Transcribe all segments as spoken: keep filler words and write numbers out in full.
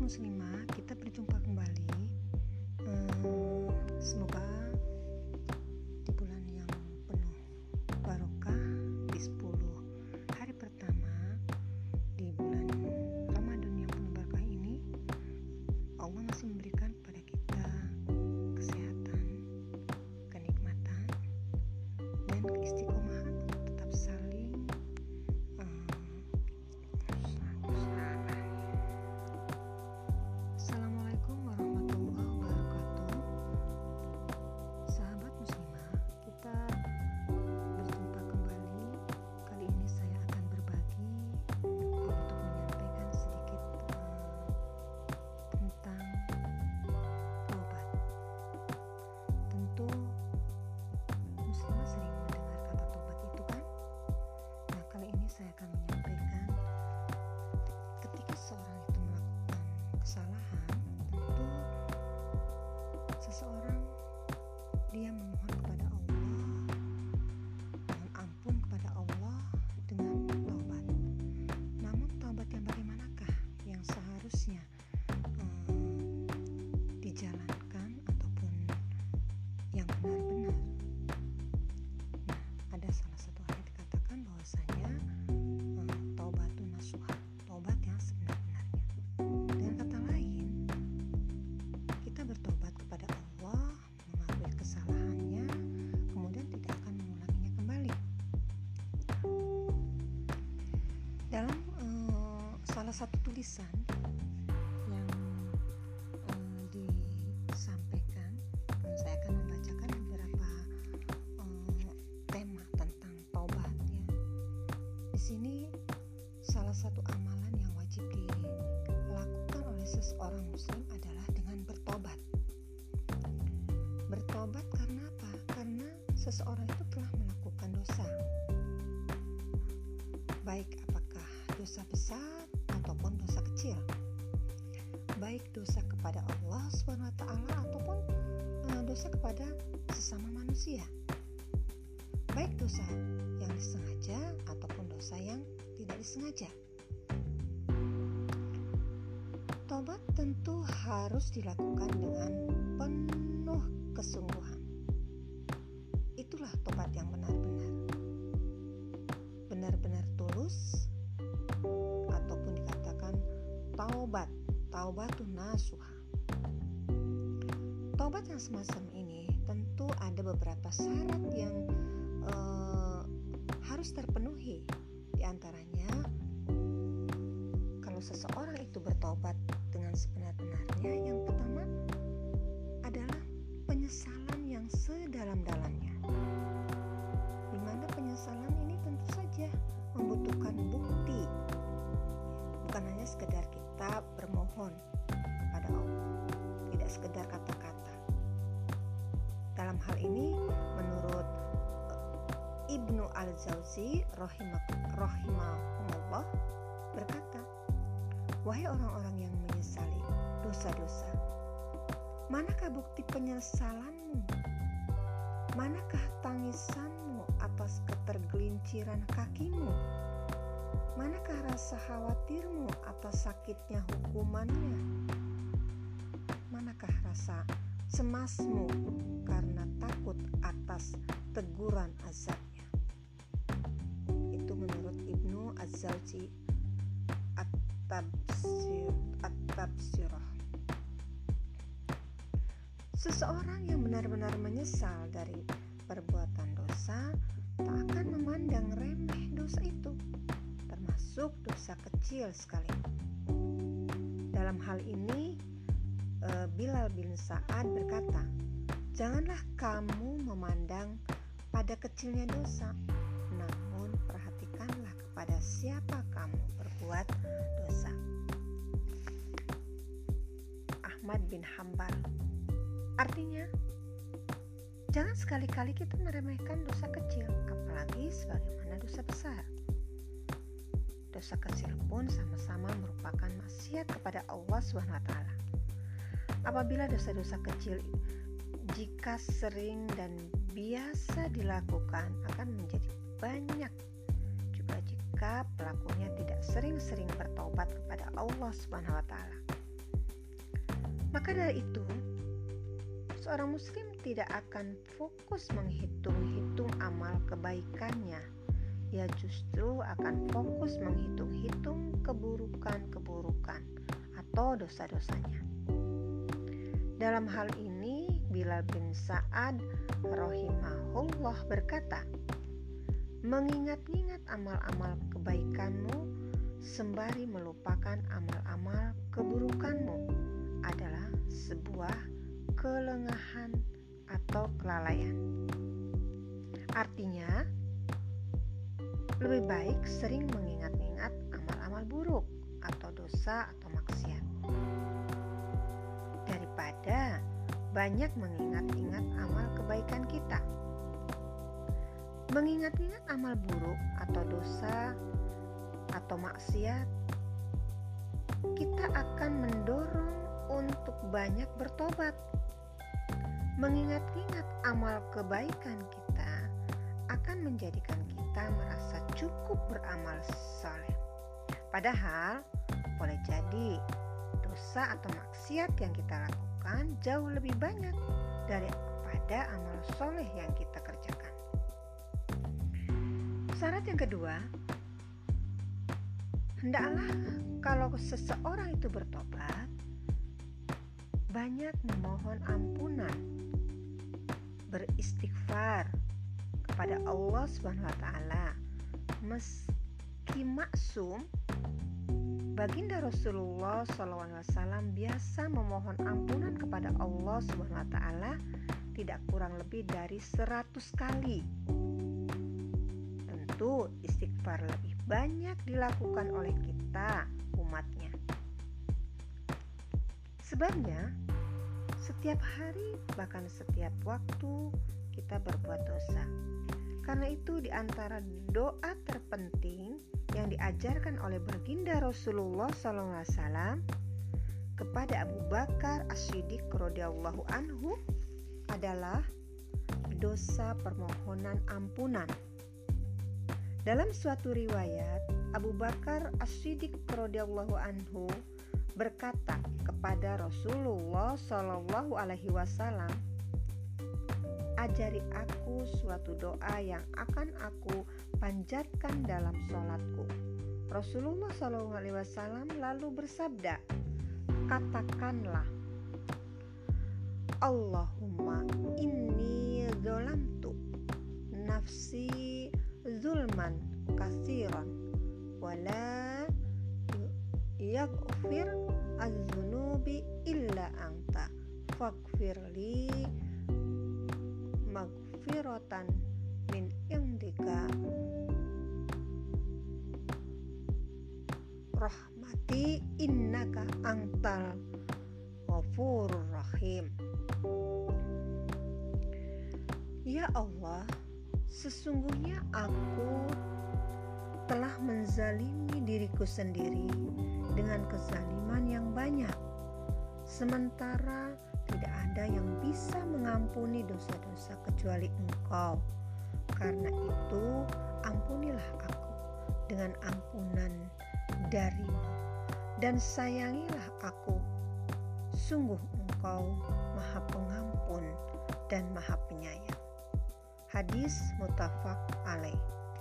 muslimah, kita berjumpa kembali. Hmm, semoga di bulan yang penuh barokah, di sepuluh hari pertama di bulan Ramadan yang penuh barokah ini, Allah masih memberikan kepada kita kesehatan, kenikmatan, dan keistiqomahan untuk tetap saling um, Assalamualaikum warahmatullahi wabarakatuh. Sahabat muslimah, kita berjumpa kembali. Kali ini saya akan berbagi untuk menyampaikan sedikit uh, tentang taubat. Tentu muslimah sering mendengar kata taubat itu kan? Nah, kali ini saya akan menyampaikan ketika seorang itu melakukan kesalahan, tentu seseorang dia memohon kepada Allah, mohon ampun kepada Allah dengan taubat. Namun taubat yang bagaimanakah yang seharusnya hmm, dijalankan ataupun yang benar-benar? Nah, ada salah satu ayat dikatakan bahwasanya hmm, taubatun nasuha, taubat yang sebenar-benarnya. Dengan kata lain, kita bertobat kepada Allah, mengakui kesalahannya, kemudian tidak akan mengulanginya kembali. Dalam uh, salah satu tulisan yang uh, disampaikan, saya akan membacakan beberapa uh, tema tentang taubat ya. Di sini salah satu amalan yang wajib dilakukan oleh seseorang muslim adalah dengan bertobat. Bertobat karena apa? Karena seseorang itu telah melakukan dosa. Baik apakah dosa besar ataupun dosa kecil. Baik dosa kepada Allah subhanahu wa taala ataupun uh, dosa kepada sesama manusia. Baik dosa yang disengaja ataupun dosa yang tidak disengaja. Tobat tentu harus dilakukan dengan penuh kesungguhan. Itulah tobat yang benar-benar. Benar-benar tulus ataupun dikatakan taubat, taubatun nasuha. Taubat yang semacam ini tentu ada beberapa syarat yang uh, harus terpenuhi. Di antaranya, kalau seseorang itu bertobat dengan sebenar-benarnya, yang pertama adalah penyesalan yang sedalam-dalamnya. Di mana penyesalan ini tentu saja membutuhkan bukti. Bukan hanya sekedar kita bermohon pada Allah, tidak sekedar kata-kata. Dalam hal ini, menurut Ibnu Al-Jauzi rahimahullah berkata, wahai orang-orang yang menyesali dosa-dosa, manakah bukti penyesalanmu? Manakah tangisanmu atas ketergelinciran kakimu? Manakah rasa khawatirmu atas sakitnya hukumannya? Manakah rasa cemasmu karena takut atas teguran azabnya? Itu menurut Ibnu Az-Zawji At-Tabsir At-Tabsirah. Seseorang yang benar-benar menyesal dari perbuatan dosa tak akan memandang remeh dosa itu, termasuk dosa kecil sekalipun. Dalam hal ini Bilal bin Sa'ad berkata, janganlah kamu memandang pada kecilnya dosa, namun perhatikanlah kepada siapa kamu berbuat dosa. Ahmad bin Hanbal. Artinya, jangan sekali-kali kita meremehkan dosa kecil, apalagi sebagaimana dosa besar. Dosa kecil pun sama-sama merupakan maksiat kepada Allah subhanahu wa taala. Apabila dosa-dosa kecil jika sering dan biasa dilakukan akan menjadi banyak, juga jika pelakunya tidak sering-sering bertobat kepada Allah Subhanahu wa taala. Maka dari itu, seorang muslim tidak akan fokus menghitung-hitung amal kebaikannya. Ia justru akan fokus menghitung-hitung keburukan-keburukan atau dosa-dosanya. Dalam hal ini, Bilal bin Sa'ad rahimahullah berkata, mengingat-ingat amal-amal kebaikanmu sembari melupakan amal-amal keburukanmu adalah sebuah kelengahan atau kelalaian. Artinya, lebih baik sering mengingat-ingat amal-amal buruk atau dosa atau maksiat daripada banyak mengingat-ingat amal kebaikan kita. Mengingat-ingat amal buruk atau dosa atau maksiat, kita akan mendorong untuk banyak bertobat. Mengingat-ingat amal kebaikan kita akan menjadikan kita merasa cukup beramal saleh. Padahal boleh jadi dosa atau maksiat yang kita lakukan jauh lebih banyak daripada amal soleh yang kita kerjakan. Syarat yang kedua, hendaklah kalau seseorang itu bertobat, banyak memohon ampunan, beristighfar kepada Allah Subhanahu wa taala. Meski maksum, Baginda Rasulullah shallallahu alaihi wasallam biasa memohon ampunan kepada Allah Subhanahu wa taala tidak kurang lebih dari seratus kali. Tentu istighfar lebih banyak dilakukan oleh kita, umatnya. Sebabnya, setiap hari bahkan setiap waktu kita berbuat dosa. Karena itu di antara doa terpenting yang diajarkan oleh baginda Rasulullah shallallahu alaihi wasallam kepada Abu Bakar As-Siddiq radhiyallahu anhu adalah dosa permohonan ampunan. Dalam suatu riwayat, Abu Bakar As-Siddiq radhiyallahu anhu berkata kepada Rasulullah shallallahu alaihi wasallam, ajari aku suatu doa yang akan aku panjatkan dalam sholatku. Rasulullah shallallahu alaihi wasallam lalu bersabda, katakanlah, Allahumma inni dzolamtu nafsi zulman katsiran wala yaghfir az-dzunubi illa anta faghfirli maghfiratan min indika rahmati innaka antal ghafurur rahim. Ya Allah, sesungguhnya aku telah menzalimi diriku sendiri dengan kezaliman yang banyak, sementara tidak ada yang bisa mengampuni dosa-dosa kecuali Engkau. Karena itu, ampunilah aku dengan ampunan darimu dan sayangilah aku. Sungguh Engkau Maha Pengampun dan Maha Penyayang. Hadis muttafaq alaih.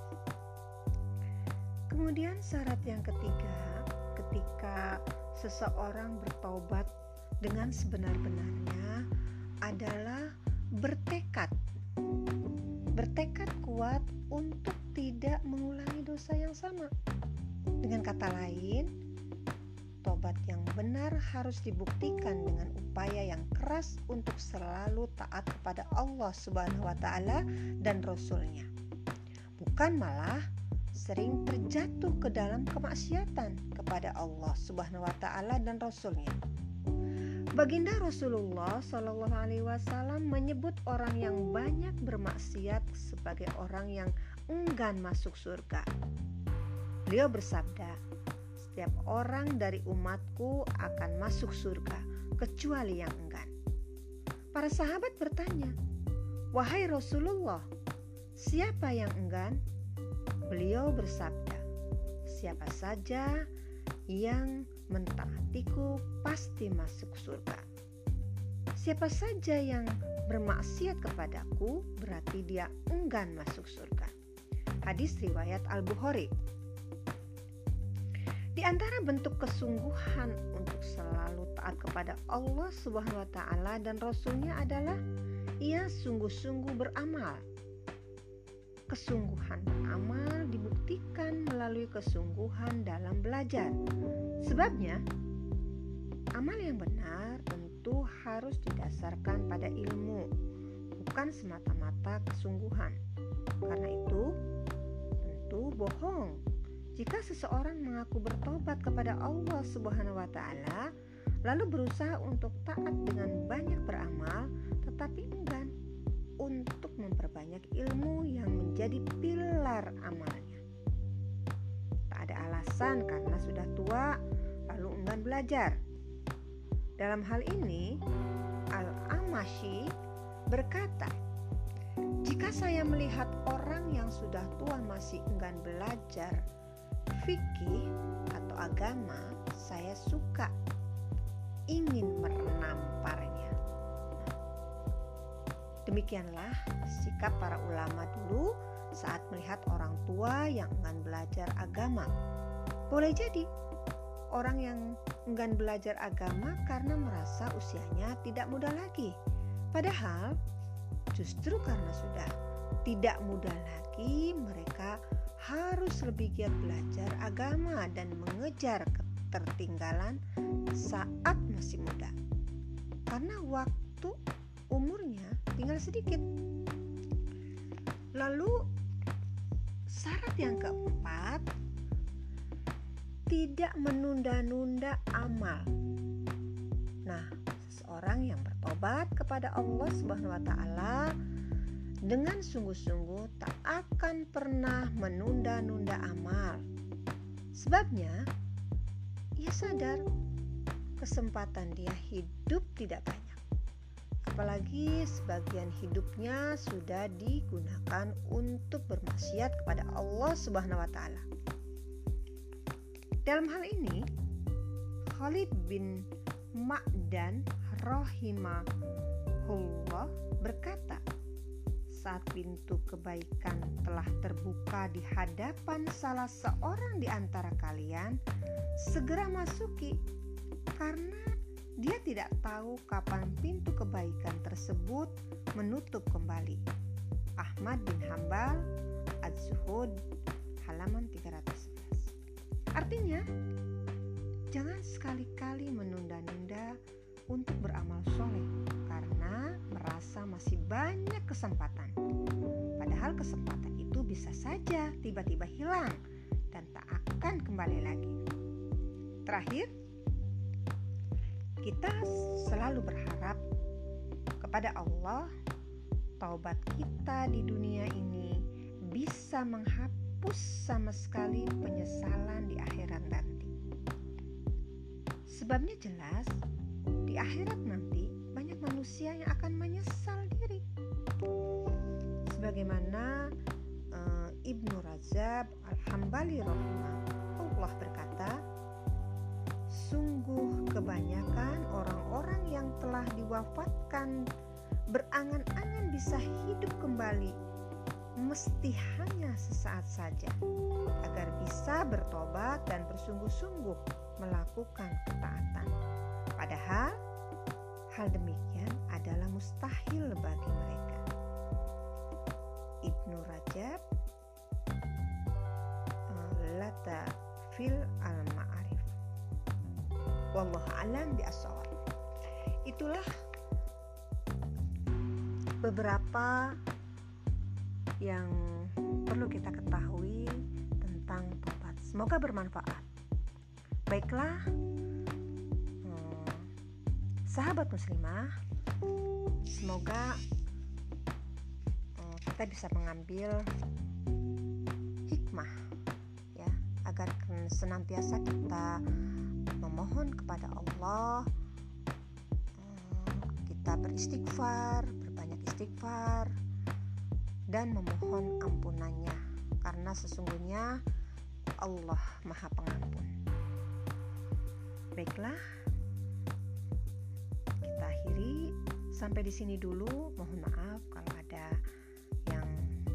Kemudian syarat yang ketiga, ketika seseorang bertaubat dengan sebenar-benarnya adalah bertekad. Bertekad kuat untuk tidak mengulangi dosa yang sama. Dengan kata lain, tobat yang benar harus dibuktikan dengan upaya yang keras untuk selalu taat kepada Allah Subhanahu wa taala dan Rasul-Nya. Bukan malah sering terjatuh ke dalam kemaksiatan kepada Allah Subhanahu wa taala dan Rasul-Nya. Baginda Rasulullah shallallahu alaihi wasallam menyebut orang yang banyak bermaksiat sebagai orang yang enggan masuk surga. Beliau bersabda, setiap orang dari umatku akan masuk surga kecuali yang enggan. Para sahabat bertanya, wahai Rasulullah, siapa yang enggan? Beliau bersabda, siapa saja yang mentaatiku pasti masuk surga. siapa saja yang bermaksiat kepadaku berarti dia enggan masuk surga. Hadis riwayat Al-Bukhari. Di antara bentuk kesungguhan untuk selalu taat kepada Allah Subhanahu wa taala dan Rasul-Nya adalah ia sungguh-sungguh beramal. Kesungguhan beramal dibuktikan melalui kesungguhan dalam belajar. Sebabnya, amal yang benar tentu harus didasarkan pada ilmu, bukan semata-mata kesungguhan. Karena itu, tentu bohong jika seseorang mengaku bertobat kepada Allah Subhanahu wa taala lalu berusaha untuk taat dengan banyak beramal tetapi enggan untuk memperbanyak ilmu yang menjadi pilar amalnya. Tak ada alasan karena sudah tua lalu enggan belajar. Dalam hal ini, Al-Amashi berkata, jika saya melihat orang yang sudah tua masih enggan belajar fikih atau agama, saya suka ingin menamparnya. Demikianlah sikap para ulama dulu saat melihat orang tua yang enggan belajar agama. Boleh jadi orang yang enggan belajar agama karena merasa usianya tidak muda lagi. Padahal justru karena sudah tidak muda lagi, mereka harus lebih giat belajar agama dan mengejar ketertinggalan saat masih muda. Karena waktu umurnya tinggal sedikit. Lalu syarat yang keempat, tidak menunda-nunda amal. Nah, seseorang yang bertobat kepada Allah Subhanahu wa taala dengan sungguh-sungguh tak akan pernah menunda-nunda amal. Sebabnya, ia sadar kesempatan dia hidup tidak banyak. Apalagi sebagian hidupnya sudah digunakan untuk bermaksiat kepada Allah Subhanahu wa taala. Dalam hal ini, Khalid bin Ma'dan rahimahullah berkata, saat pintu kebaikan telah terbuka di hadapan salah seorang di antara kalian, segera masuki, karena dia tidak tahu kapan pintu kebaikan tersebut menutup kembali. Ahmad bin Hambal, Az-Zuhud, halaman tiga ratus sebelas. Artinya, jangan sekali-kali menunda-nunda untuk beramal soleh karena merasa masih banyak kesempatan. Padahal kesempatan itu bisa saja tiba-tiba hilang dan tak akan kembali lagi. Terakhir, kita selalu berharap kepada Allah taubat kita di dunia ini bisa menghapus sama sekali penyesalan di akhirat nanti. Sebabnya jelas, di akhirat nanti banyak manusia yang akan menyesal diri. Sebagaimana uh, Ibnu Rajab Al-Hambali rahimahullah berkata, sungguh kebanyakan orang-orang yang telah diwafatkan berangan-angan bisa hidup kembali, mesti hanya sesaat saja, agar bisa bertobat dan bersungguh-sungguh melakukan ketaatan. Padahal hal demikian adalah mustahil bagi mereka. Ibnu Rajab Lata fil al-Ma'arif. Wallahu a'lam bishawab. Itulah beberapa yang perlu kita ketahui tentang tobat. Semoga bermanfaat. Baiklah, hmm, sahabat muslimah, semoga hmm, kita bisa mengambil hikmah ya, agar senantiasa kita memohon kepada Allah, hmm, kita beristighfar, berbanyak istighfar dan memohon ampunannya, karena sesungguhnya Allah Maha Pengampun. Baiklah, kita akhiri Sampai di sini dulu, mohon maaf kalau ada yang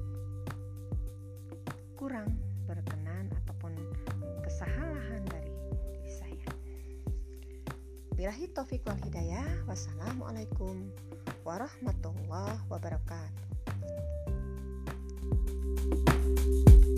kurang berkenan ataupun kesalahan dari diri saya. Billahi taufiq wal hidayah. Wassalamualaikum warahmatullahi wabarakatuh.